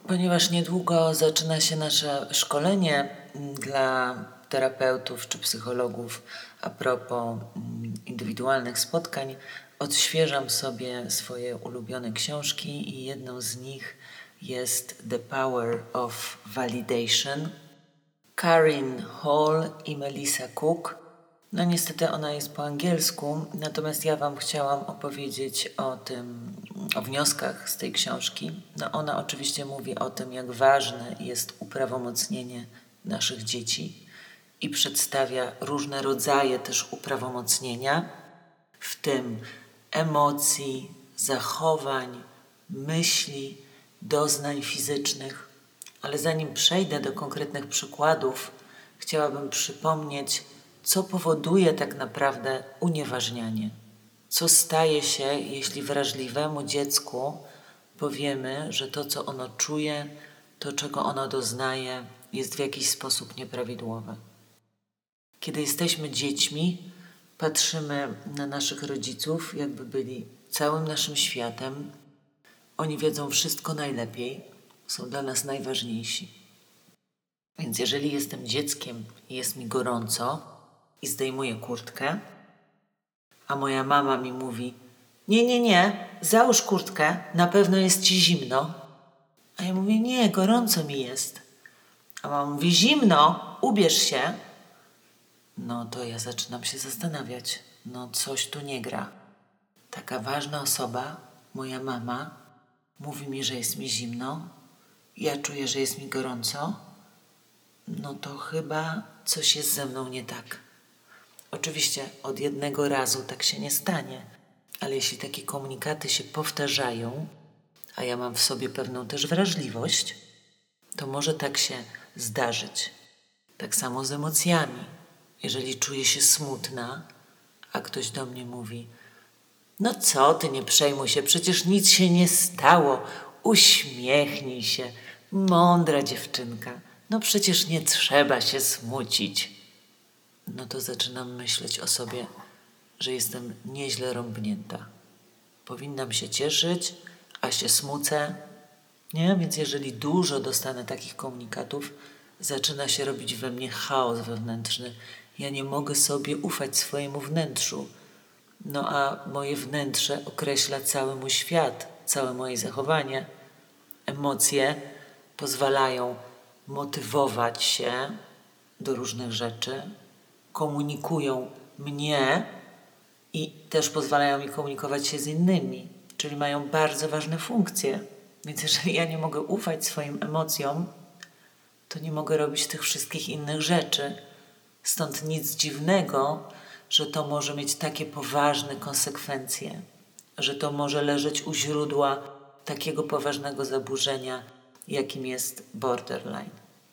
Ponieważ niedługo zaczyna się nasze szkolenie dla terapeutów czy psychologów a propos indywidualnych spotkań, odświeżam sobie swoje ulubione książki i jedną z nich jest The Power of Validation. Karen Hall i Melissa Cook. No niestety ona jest po angielsku, natomiast ja Wam chciałam opowiedzieć o wnioskach z tej książki. No ona oczywiście mówi o tym, jak ważne jest uprawomocnienie naszych dzieci i przedstawia różne rodzaje też uprawomocnienia, w tym emocji, zachowań, myśli, doznań fizycznych. Ale zanim przejdę do konkretnych przykładów, chciałabym przypomnieć, co powoduje tak naprawdę unieważnianie. Co staje się, jeśli wrażliwemu dziecku powiemy, że to, co ono czuje, to, czego ono doznaje, jest w jakiś sposób nieprawidłowe. Kiedy jesteśmy dziećmi, patrzymy na naszych rodziców, jakby byli całym naszym światem. Oni wiedzą wszystko najlepiej, są dla nas najważniejsi. Więc jeżeli jestem dzieckiem i jest mi gorąco i zdejmuję kurtkę, a moja mama mi mówi: nie, załóż kurtkę, na pewno jest ci zimno. A ja mówię: nie, gorąco mi jest. A mama mówi: zimno, ubierz się. No to ja zaczynam się zastanawiać. No coś tu nie gra. Taka ważna osoba, moja mama, mówi mi, że jest mi zimno. Ja czuję, że jest mi gorąco. No to chyba coś jest ze mną nie tak. Oczywiście od jednego razu tak się nie stanie, ale jeśli takie komunikaty się powtarzają, a ja mam w sobie pewną też wrażliwość, to może tak się zdarzyć. Tak samo z emocjami. Jeżeli czuję się smutna, a ktoś do mnie mówi: no co ty, nie przejmuj się, przecież nic się nie stało, uśmiechnij się, mądra dziewczynka, no przecież nie trzeba się smucić. No to zaczynam myśleć o sobie, że jestem nieźle rąbnięta. Powinnam się cieszyć, a się smucę. Nie? Więc jeżeli dużo dostanę takich komunikatów, zaczyna się robić we mnie chaos wewnętrzny. Ja nie mogę sobie ufać swojemu wnętrzu. No a moje wnętrze określa cały mój świat, całe moje zachowanie. Emocje pozwalają motywować się do różnych rzeczy, komunikują mnie i też pozwalają mi komunikować się z innymi, czyli mają bardzo ważne funkcje. Więc jeżeli ja nie mogę ufać swoim emocjom, to nie mogę robić tych wszystkich innych rzeczy. Stąd nic dziwnego, że to może mieć takie poważne konsekwencje, że to może leżeć u źródła takiego poważnego zaburzenia, jakim jest borderline.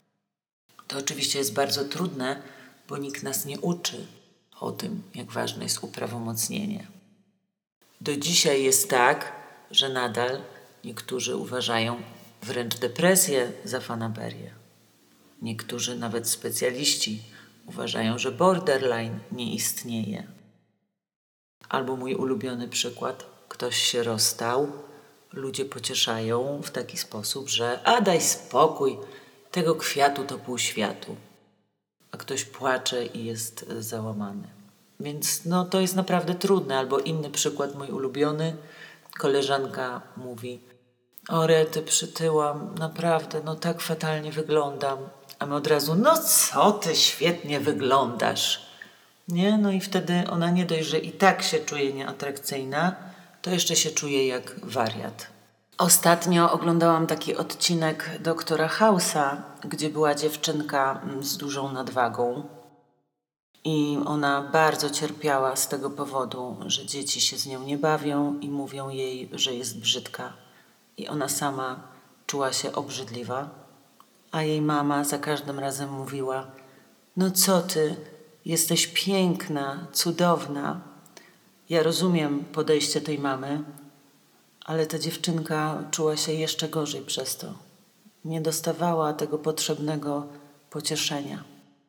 To oczywiście jest bardzo trudne, bo nikt nas nie uczy o tym, jak ważne jest uprawomocnienie. Do dzisiaj jest tak, że nadal niektórzy uważają wręcz depresję za fanaberię. Niektórzy, nawet specjaliści, uważają, że borderline nie istnieje. Albo mój ulubiony przykład: ktoś się rozstał, ludzie pocieszają w taki sposób, że daj spokój, tego kwiatu to pół światu. A ktoś płacze i jest załamany. Więc to jest naprawdę trudne. Albo inny przykład, mój ulubiony. Koleżanka mówi: o rety, przytyłam, naprawdę, tak fatalnie wyglądam. A my od razu: no co ty, świetnie wyglądasz. Nie? No i wtedy ona nie dość, że i tak się czuje nieatrakcyjna, to jeszcze się czuje jak wariat. Ostatnio oglądałam taki odcinek Doktora House'a, gdzie była dziewczynka z dużą nadwagą i ona bardzo cierpiała z tego powodu, że dzieci się z nią nie bawią i mówią jej, że jest brzydka. I ona sama czuła się obrzydliwa, a jej mama za każdym razem mówiła: no co ty, jesteś piękna, cudowna. Ja rozumiem podejście tej mamy, ale ta dziewczynka czuła się jeszcze gorzej przez to. Nie dostawała tego potrzebnego pocieszenia.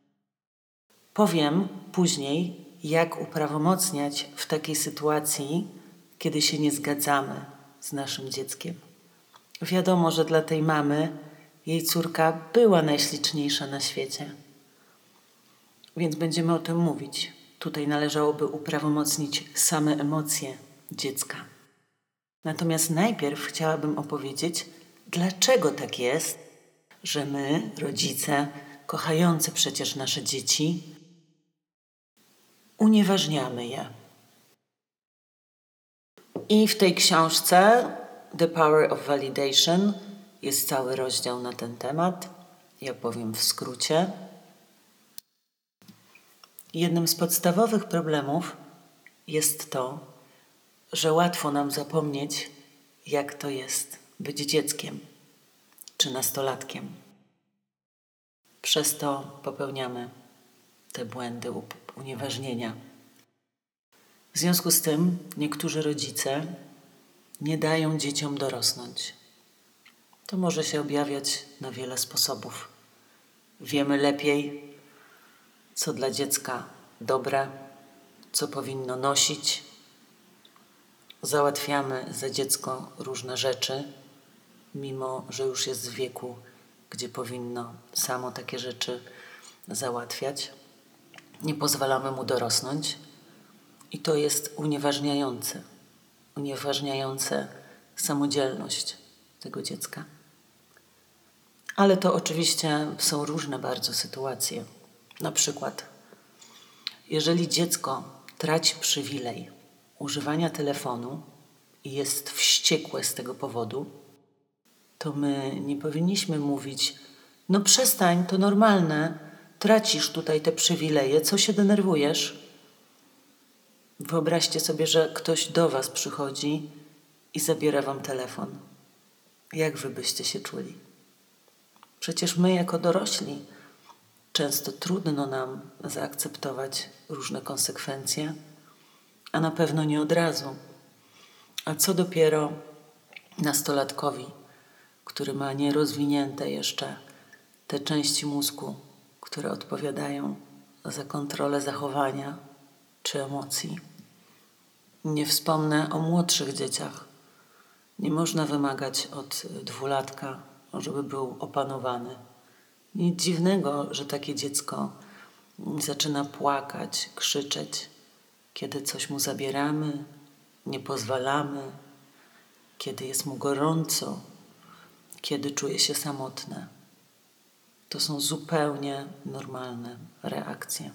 Powiem później, jak uprawomocniać w takiej sytuacji, kiedy się nie zgadzamy z naszym dzieckiem. Wiadomo, że dla tej mamy jej córka była najśliczniejsza na świecie. Więc będziemy o tym mówić. Tutaj należałoby uprawomocnić same emocje dziecka. Natomiast najpierw chciałabym opowiedzieć, dlaczego tak jest, że my, rodzice, kochający przecież nasze dzieci, unieważniamy je. I w tej książce The Power of Validation jest cały rozdział na ten temat. Ja powiem w skrócie. Jednym z podstawowych problemów jest to, że łatwo nam zapomnieć, jak to jest być dzieckiem czy nastolatkiem. Przez to popełniamy te błędy unieważnienia. W związku z tym niektórzy rodzice nie dają dzieciom dorosnąć. To może się objawiać na wiele sposobów. Wiemy lepiej, co dla dziecka dobre, co powinno nosić. Załatwiamy za dziecko różne rzeczy, mimo że już jest w wieku, gdzie powinno samo takie rzeczy załatwiać. Nie pozwalamy mu dorosnąć i to jest unieważniające samodzielność tego dziecka. Ale to oczywiście są różne bardzo sytuacje. Na przykład, jeżeli dziecko traci przywilej używania telefonu i jest wściekłe z tego powodu, to my nie powinniśmy mówić: no przestań, to normalne, tracisz tutaj te przywileje, co się denerwujesz? Wyobraźcie sobie, że ktoś do was przychodzi i zabiera wam telefon. Jak wy byście się czuli? Przecież my jako dorośli często trudno nam zaakceptować różne konsekwencje, a na pewno nie od razu. A co dopiero nastolatkowi, który ma nierozwinięte jeszcze te części mózgu, które odpowiadają za kontrolę zachowania czy emocji. Nie wspomnę o młodszych dzieciach. Nie można wymagać od 2-latka, żeby był opanowany. Nic dziwnego, że takie dziecko zaczyna płakać, krzyczeć, kiedy coś mu zabieramy, nie pozwalamy, kiedy jest mu gorąco, kiedy czuje się samotne. To są zupełnie normalne reakcje.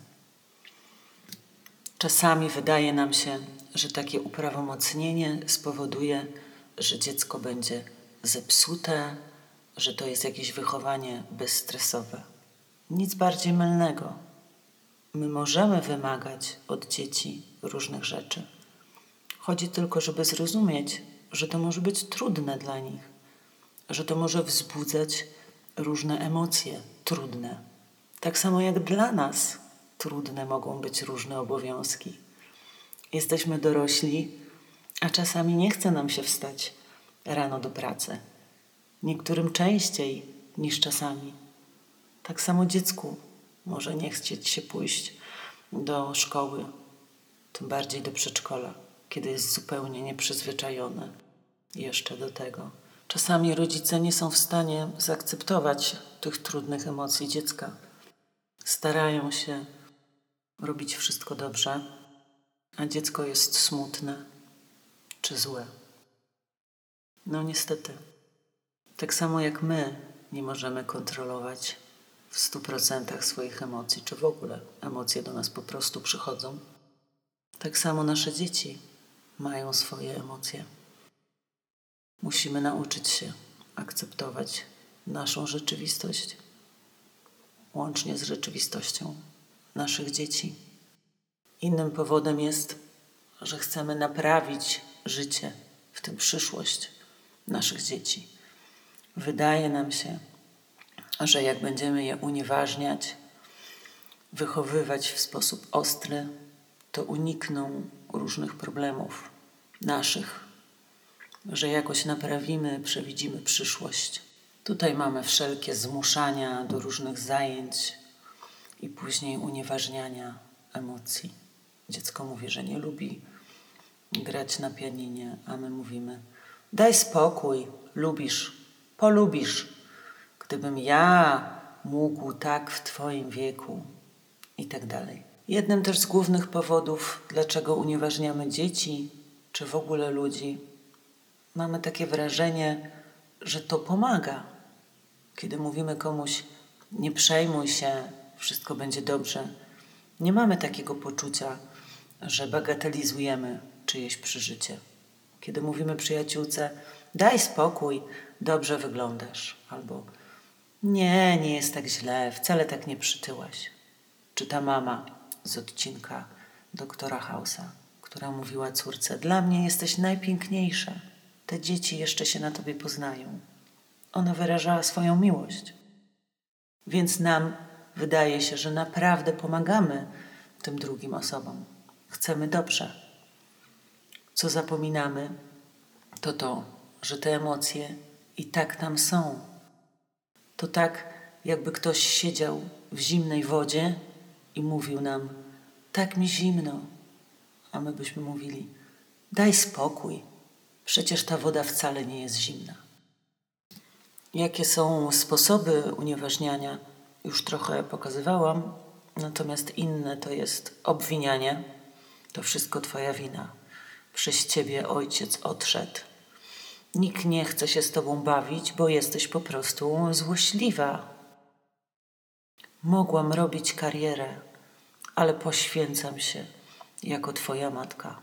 Czasami wydaje nam się, że takie uprawomocnienie spowoduje, że dziecko będzie zepsute, że to jest jakieś wychowanie bezstresowe. Nic bardziej mylnego. My możemy wymagać od dzieci różnych rzeczy. Chodzi tylko, żeby zrozumieć, że to może być trudne dla nich, że to może wzbudzać różne emocje trudne. Tak samo jak dla nas trudne mogą być różne obowiązki. Jesteśmy dorośli, a czasami nie chce nam się wstać rano do pracy. Niektórym częściej niż czasami. Tak samo dziecku może nie chcieć się pójść do szkoły, tym bardziej do przedszkola, kiedy jest zupełnie nieprzyzwyczajone jeszcze do tego. Czasami rodzice nie są w stanie zaakceptować tych trudnych emocji dziecka. Starają się robić wszystko dobrze, a dziecko jest smutne czy złe. No niestety. Tak samo jak my nie możemy kontrolować w 100% swoich emocji, czy w ogóle emocje do nas po prostu przychodzą, tak samo nasze dzieci mają swoje emocje. Musimy nauczyć się akceptować naszą rzeczywistość, łącznie z rzeczywistością naszych dzieci. Innym powodem jest, że chcemy naprawić życie, w tym przyszłość naszych dzieci. Wydaje nam się, że jak będziemy je unieważniać, wychowywać w sposób ostry, to unikną różnych problemów naszych, że jakoś naprawimy, przewidzimy przyszłość. Tutaj mamy wszelkie zmuszania do różnych zajęć i później unieważniania emocji. Dziecko mówi, że nie lubi grać na pianinie, a my mówimy: daj spokój, lubisz, polubisz. Gdybym ja mógł tak w twoim wieku i tak dalej. Jednym też z głównych powodów, dlaczego unieważniamy dzieci, czy w ogóle ludzi, mamy takie wrażenie, że to pomaga. Kiedy mówimy komuś, nie przejmuj się, wszystko będzie dobrze, nie mamy takiego poczucia, że bagatelizujemy czyjeś przeżycie. Kiedy mówimy przyjaciółce, daj spokój, dobrze wyglądasz, albo nie jest tak źle, wcale tak nie przytyłaś. Czy ta mama z odcinka doktora House'a, która mówiła córce, dla mnie jesteś najpiękniejsza, te dzieci jeszcze się na tobie poznają. Ona wyrażała swoją miłość. Więc nam wydaje się, że naprawdę pomagamy tym drugim osobom. Chcemy dobrze. Co zapominamy, to, że te emocje i tak tam są. To tak, jakby ktoś siedział w zimnej wodzie i mówił nam, tak mi zimno. A my byśmy mówili, daj spokój, przecież ta woda wcale nie jest zimna. Jakie są sposoby unieważniania? Już trochę pokazywałam, natomiast inne to jest obwinianie. To wszystko twoja wina. Przez ciebie ojciec odszedł. Nikt nie chce się z tobą bawić, bo jesteś po prostu złośliwa. Mogłam robić karierę, ale poświęcam się jako twoja matka.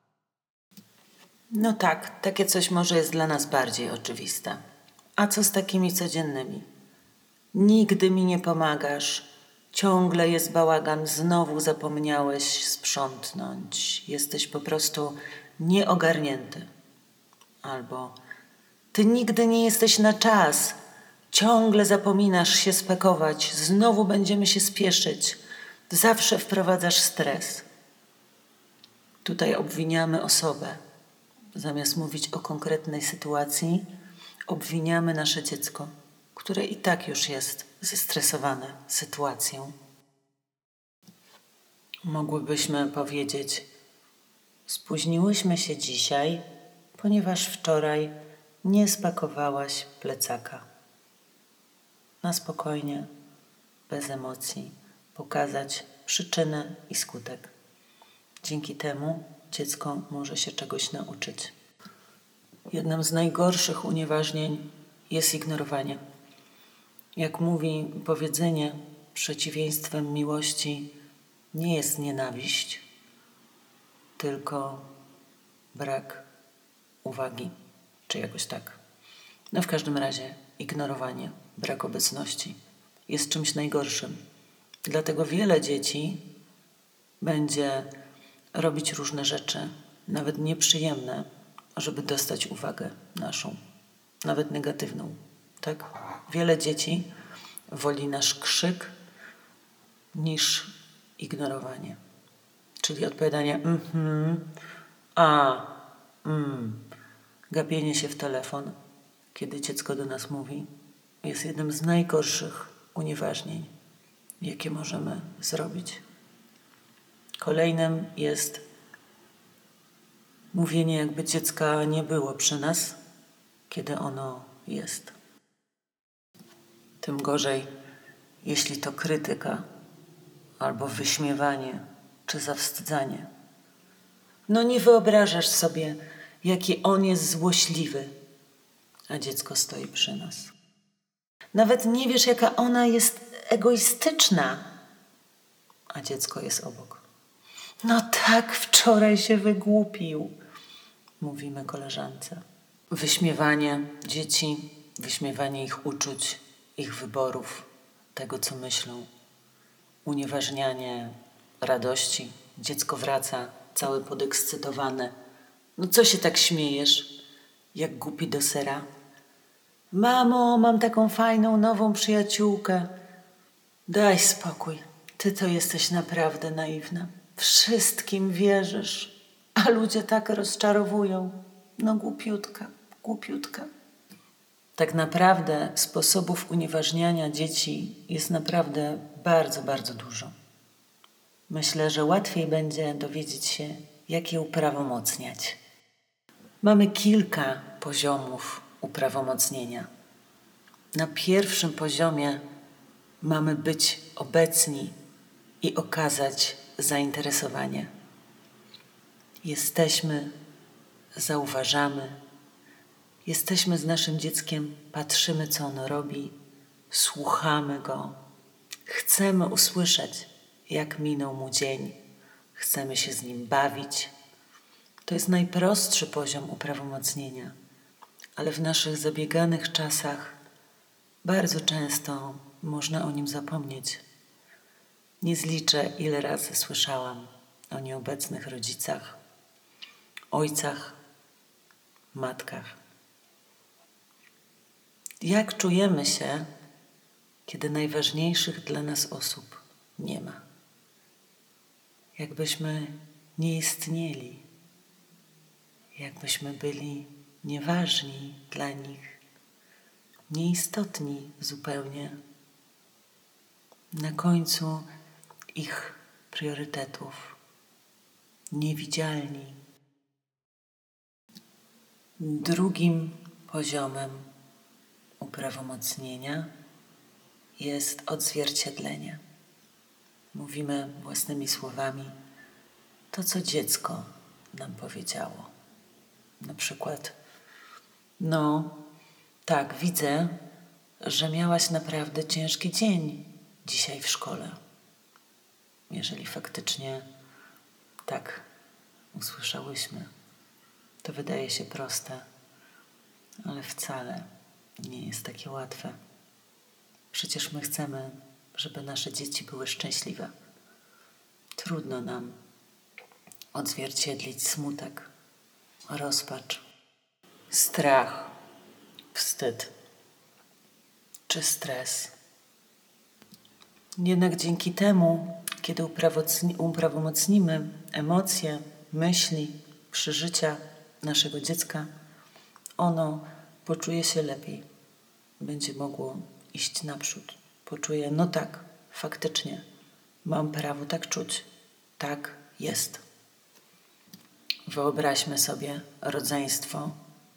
No tak, takie coś może jest dla nas bardziej oczywiste. A co z takimi codziennymi? Nigdy mi nie pomagasz. Ciągle jest bałagan, znowu zapomniałeś sprzątnąć. Jesteś po prostu nieogarnięty. Albo ty nigdy nie jesteś na czas. Ciągle zapominasz się spakować. Znowu będziemy się spieszyć. Zawsze wprowadzasz stres. Tutaj obwiniamy osobę. Zamiast mówić o konkretnej sytuacji, obwiniamy nasze dziecko, które i tak już jest zestresowane sytuacją. Mogłybyśmy powiedzieć, spóźniłyśmy się dzisiaj, ponieważ wczoraj nie spakowałaś plecaka. Na spokojnie, bez emocji, pokazać przyczynę i skutek. Dzięki temu dziecko może się czegoś nauczyć. Jednym z najgorszych unieważnień jest ignorowanie. Jak mówi powiedzenie, przeciwieństwem miłości nie jest nienawiść, tylko brak uwagi, czy jakoś tak. No w każdym razie ignorowanie, brak obecności jest czymś najgorszym. Dlatego wiele dzieci będzie robić różne rzeczy, nawet nieprzyjemne, żeby dostać uwagę naszą, nawet negatywną. Tak? Wiele dzieci woli nasz krzyk niż ignorowanie. Czyli odpowiadanie gapienie się w telefon, kiedy dziecko do nas mówi, jest jednym z najgorszych unieważnień, jakie możemy zrobić. Kolejnym jest mówienie, jakby dziecka nie było przy nas, kiedy ono jest. Tym gorzej, jeśli to krytyka albo wyśmiewanie czy zawstydzanie. No nie wyobrażasz sobie, jaki on jest złośliwy, a dziecko stoi przy nas. Nawet nie wiesz, jaka ona jest egoistyczna, a dziecko jest obok. No tak, wczoraj się wygłupił, mówimy koleżance. Wyśmiewanie dzieci, wyśmiewanie ich uczuć, ich wyborów, tego, co myślą. Unieważnianie radości. Dziecko wraca całe podekscytowane. No co się tak śmiejesz, jak głupi do sera? Mamo, mam taką fajną, nową przyjaciółkę. Daj spokój, ty to jesteś naprawdę naiwna. Wszystkim wierzysz, a ludzie tak rozczarowują. No głupiutka, głupiutka. Tak naprawdę sposobów unieważniania dzieci jest naprawdę bardzo, bardzo dużo. Myślę, że łatwiej będzie dowiedzieć się, jak je uprawomocniać. Mamy kilka poziomów uprawomocnienia. Na pierwszym poziomie mamy być obecni i okazać zainteresowanie. Jesteśmy, zauważamy, jesteśmy z naszym dzieckiem, patrzymy, co ono robi, słuchamy go, chcemy usłyszeć, jak minął mu dzień, chcemy się z nim bawić. To jest najprostszy poziom uprawomocnienia, ale w naszych zabieganych czasach bardzo często można o nim zapomnieć. Nie zliczę, ile razy słyszałam o nieobecnych rodzicach, ojcach, matkach. Jak czujemy się, kiedy najważniejszych dla nas osób nie ma? Jakbyśmy nie istnieli, jakbyśmy byli nieważni dla nich, nieistotni zupełnie, na końcu ich priorytetów, niewidzialni. Drugim poziomem uprawomocnienia jest odzwierciedlenie. Mówimy własnymi słowami to, co dziecko nam powiedziało. Na przykład, tak, widzę, że miałaś naprawdę ciężki dzień dzisiaj w szkole. Jeżeli faktycznie tak usłyszałyśmy, to wydaje się proste, ale wcale nie jest takie łatwe. Przecież my chcemy, żeby nasze dzieci były szczęśliwe. Trudno nam odzwierciedlić smutek, rozpacz, strach, wstyd czy stres. Jednak dzięki temu, kiedy uprawomocnimy emocje, myśli, przeżycia naszego dziecka, ono poczuje się lepiej. Będzie mogło iść naprzód. Poczuje, tak, faktycznie, mam prawo tak czuć. Tak jest. Wyobraźmy sobie rodzeństwo.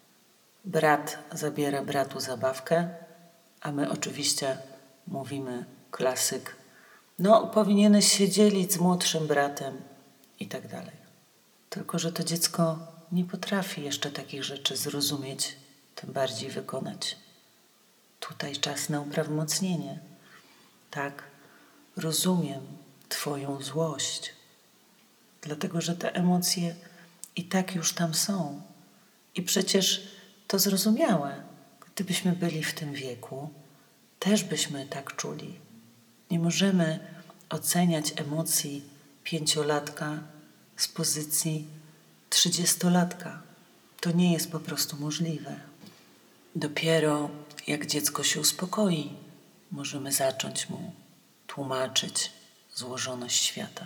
Brat zabiera bratu zabawkę, a my oczywiście mówimy klasyk. Powinieneś się dzielić z młodszym bratem i tak dalej. Tylko że to dziecko nie potrafi jeszcze takich rzeczy zrozumieć, tym bardziej wykonać. Tutaj czas na uprawomocnienie. Tak, rozumiem Twoją złość, dlatego że te emocje i tak już tam są. I przecież to zrozumiałe. Gdybyśmy byli w tym wieku, też byśmy tak czuli. Nie możemy oceniać emocji 5-latka z pozycji 30-latka. To nie jest po prostu możliwe. Dopiero jak dziecko się uspokoi, możemy zacząć mu tłumaczyć złożoność świata.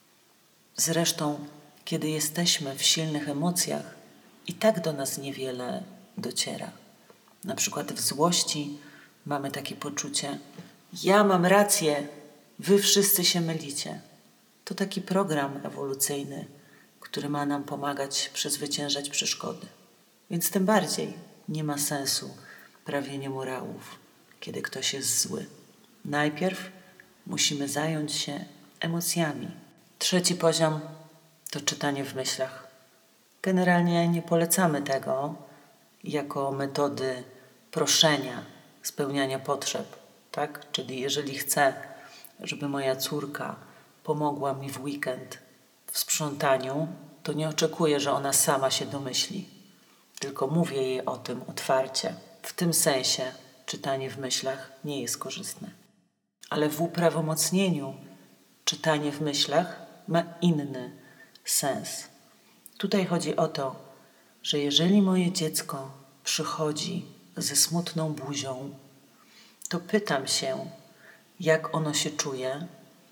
Zresztą, kiedy jesteśmy w silnych emocjach, i tak do nas niewiele dociera. Na przykład w złości mamy takie poczucie: ja mam rację, wy wszyscy się mylicie. To taki program ewolucyjny, który ma nam pomagać przezwyciężać przeszkody. Więc tym bardziej nie ma sensu prawienie morałów, kiedy ktoś jest zły. Najpierw musimy zająć się emocjami. Trzeci poziom to czytanie w myślach. Generalnie nie polecamy tego jako metody proszenia, spełniania potrzeb. Tak? Czyli jeżeli chcę, żeby moja córka pomogła mi w weekend w sprzątaniu, to nie oczekuję, że ona sama się domyśli. Tylko mówię jej o tym otwarcie. W tym sensie czytanie w myślach nie jest korzystne. Ale w uprawomocnieniu czytanie w myślach ma inny sens. Tutaj chodzi o to, że jeżeli moje dziecko przychodzi ze smutną buzią, to pytam się, jak ono się czuje,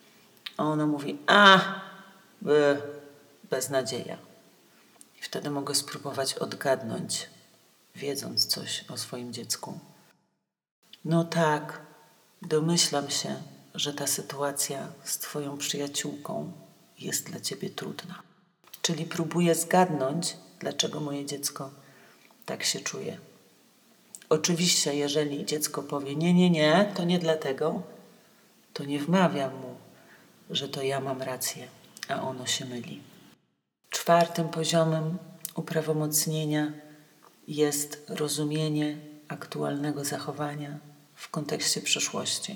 a ono mówi: beznadzieja. I wtedy mogę spróbować odgadnąć, wiedząc coś o swoim dziecku. Tak, domyślam się, że ta sytuacja z Twoją przyjaciółką jest dla Ciebie trudna. Czyli próbuję zgadnąć, dlaczego moje dziecko tak się czuje. Oczywiście, jeżeli dziecko powie nie, to nie dlatego, to nie wmawiam mu, że to ja mam rację, a ono się myli. 4. poziomem uprawomocnienia jest rozumienie aktualnego zachowania w kontekście przyszłości.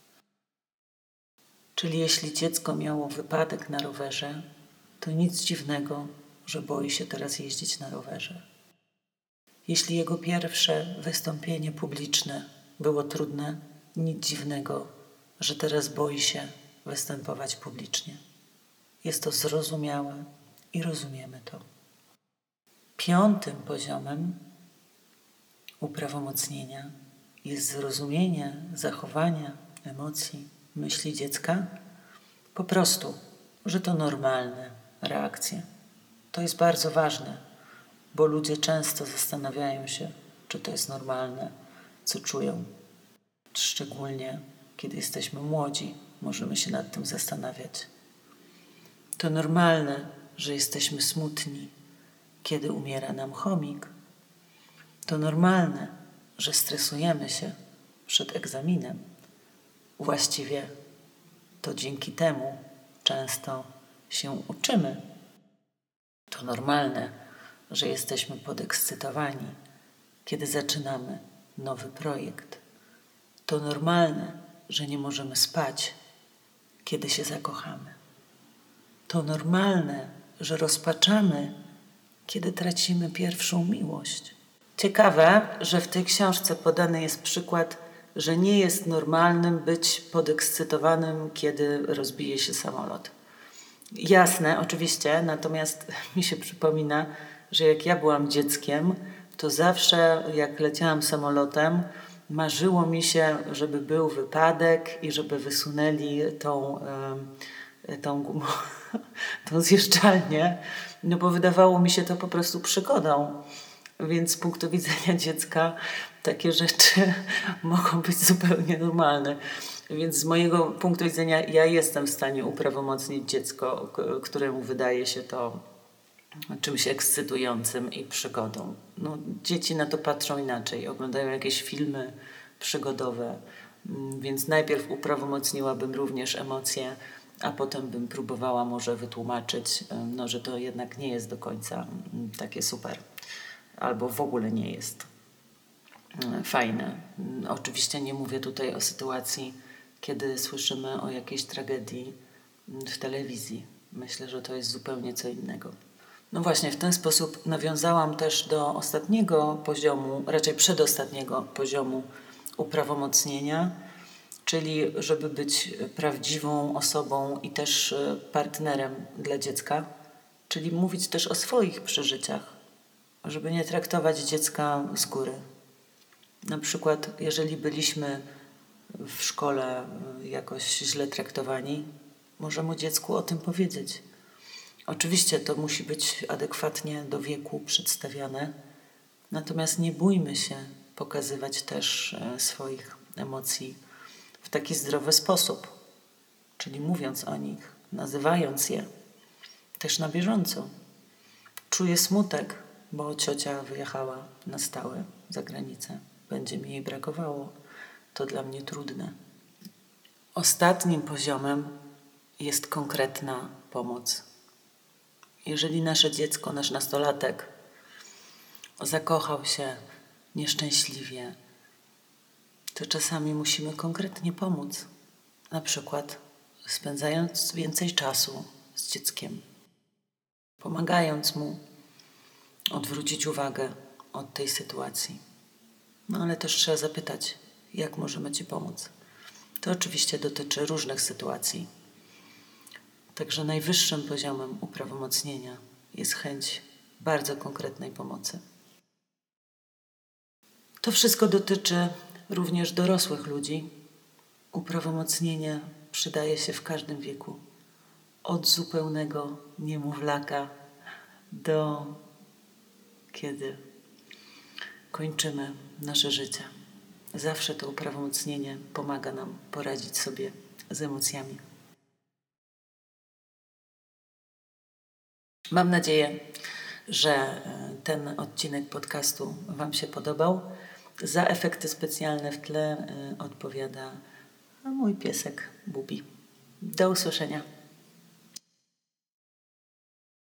Czyli jeśli dziecko miało wypadek na rowerze, to nic dziwnego, że boi się teraz jeździć na rowerze. Jeśli jego pierwsze wystąpienie publiczne było trudne, nic dziwnego, że teraz boi się występować publicznie. Jest to zrozumiałe i rozumiemy to. 5. poziomem uprawomocnienia jest zrozumienie zachowania, emocji, myśli dziecka, po prostu, że to normalne reakcje. To jest bardzo ważne, bo ludzie często zastanawiają się, czy to jest normalne, co czują. Szczególnie, kiedy jesteśmy młodzi, możemy się nad tym zastanawiać. To normalne, że jesteśmy smutni, kiedy umiera nam chomik. To normalne, że stresujemy się przed egzaminem. Właściwie to dzięki temu często się uczymy. To normalne, że jesteśmy podekscytowani, kiedy zaczynamy nowy projekt. To normalne, że nie możemy spać, kiedy się zakochamy. To normalne, że rozpaczamy, kiedy tracimy pierwszą miłość. Ciekawe, że w tej książce podany jest przykład, że nie jest normalnym być podekscytowanym, kiedy rozbije się samolot. Jasne, oczywiście, natomiast mi się przypomina, że jak ja byłam dzieckiem, to zawsze jak leciałam samolotem, marzyło mi się, żeby był wypadek i żeby wysunęli tą zjeżdżalnię, no bo wydawało mi się to po prostu przygodą. Więc z punktu widzenia dziecka takie rzeczy mogą być zupełnie normalne. Więc z mojego punktu widzenia ja jestem w stanie uprawomocnić dziecko, któremu wydaje się to czymś ekscytującym i przygodą. No, dzieci na to patrzą inaczej, oglądają jakieś filmy przygodowe, więc najpierw uprawomocniłabym również emocje, a potem bym próbowała może wytłumaczyć, że to jednak nie jest do końca takie super. Albo w ogóle nie jest fajne. Oczywiście nie mówię tutaj o sytuacji, kiedy słyszymy o jakiejś tragedii w telewizji. Myślę, że to jest zupełnie co innego. No właśnie, w ten sposób nawiązałam też do ostatniego poziomu, raczej przedostatniego poziomu uprawomocnienia, czyli żeby być prawdziwą osobą i też partnerem dla dziecka, czyli mówić też o swoich przeżyciach, żeby nie traktować dziecka z góry. Na przykład, jeżeli byliśmy w szkole jakoś źle traktowani, możemy dziecku o tym powiedzieć. Oczywiście to musi być adekwatnie do wieku przedstawiane, natomiast nie bójmy się pokazywać też swoich emocji w taki zdrowy sposób, czyli mówiąc o nich, nazywając je też na bieżąco. Czuję smutek, bo ciocia wyjechała na stałe za granicę. Będzie mi jej brakowało. To dla mnie trudne. Ostatnim poziomem jest konkretna pomoc. Jeżeli nasze dziecko, nasz nastolatek zakochał się nieszczęśliwie, to czasami musimy konkretnie pomóc. Na przykład spędzając więcej czasu z dzieckiem, pomagając mu odwrócić uwagę od tej sytuacji. No ale też trzeba zapytać, jak możemy Ci pomóc. To oczywiście dotyczy różnych sytuacji. Także najwyższym poziomem uprawomocnienia jest chęć bardzo konkretnej pomocy. To wszystko dotyczy również dorosłych ludzi. Uprawomocnienie przydaje się w każdym wieku. Od zupełnego niemowlaka do kiedy kończymy nasze życie. Zawsze to uprawomocnienie pomaga nam poradzić sobie z emocjami. Mam nadzieję, że ten odcinek podcastu Wam się podobał. za efekty specjalne w tle odpowiada mój piesek Bubi. Do usłyszenia.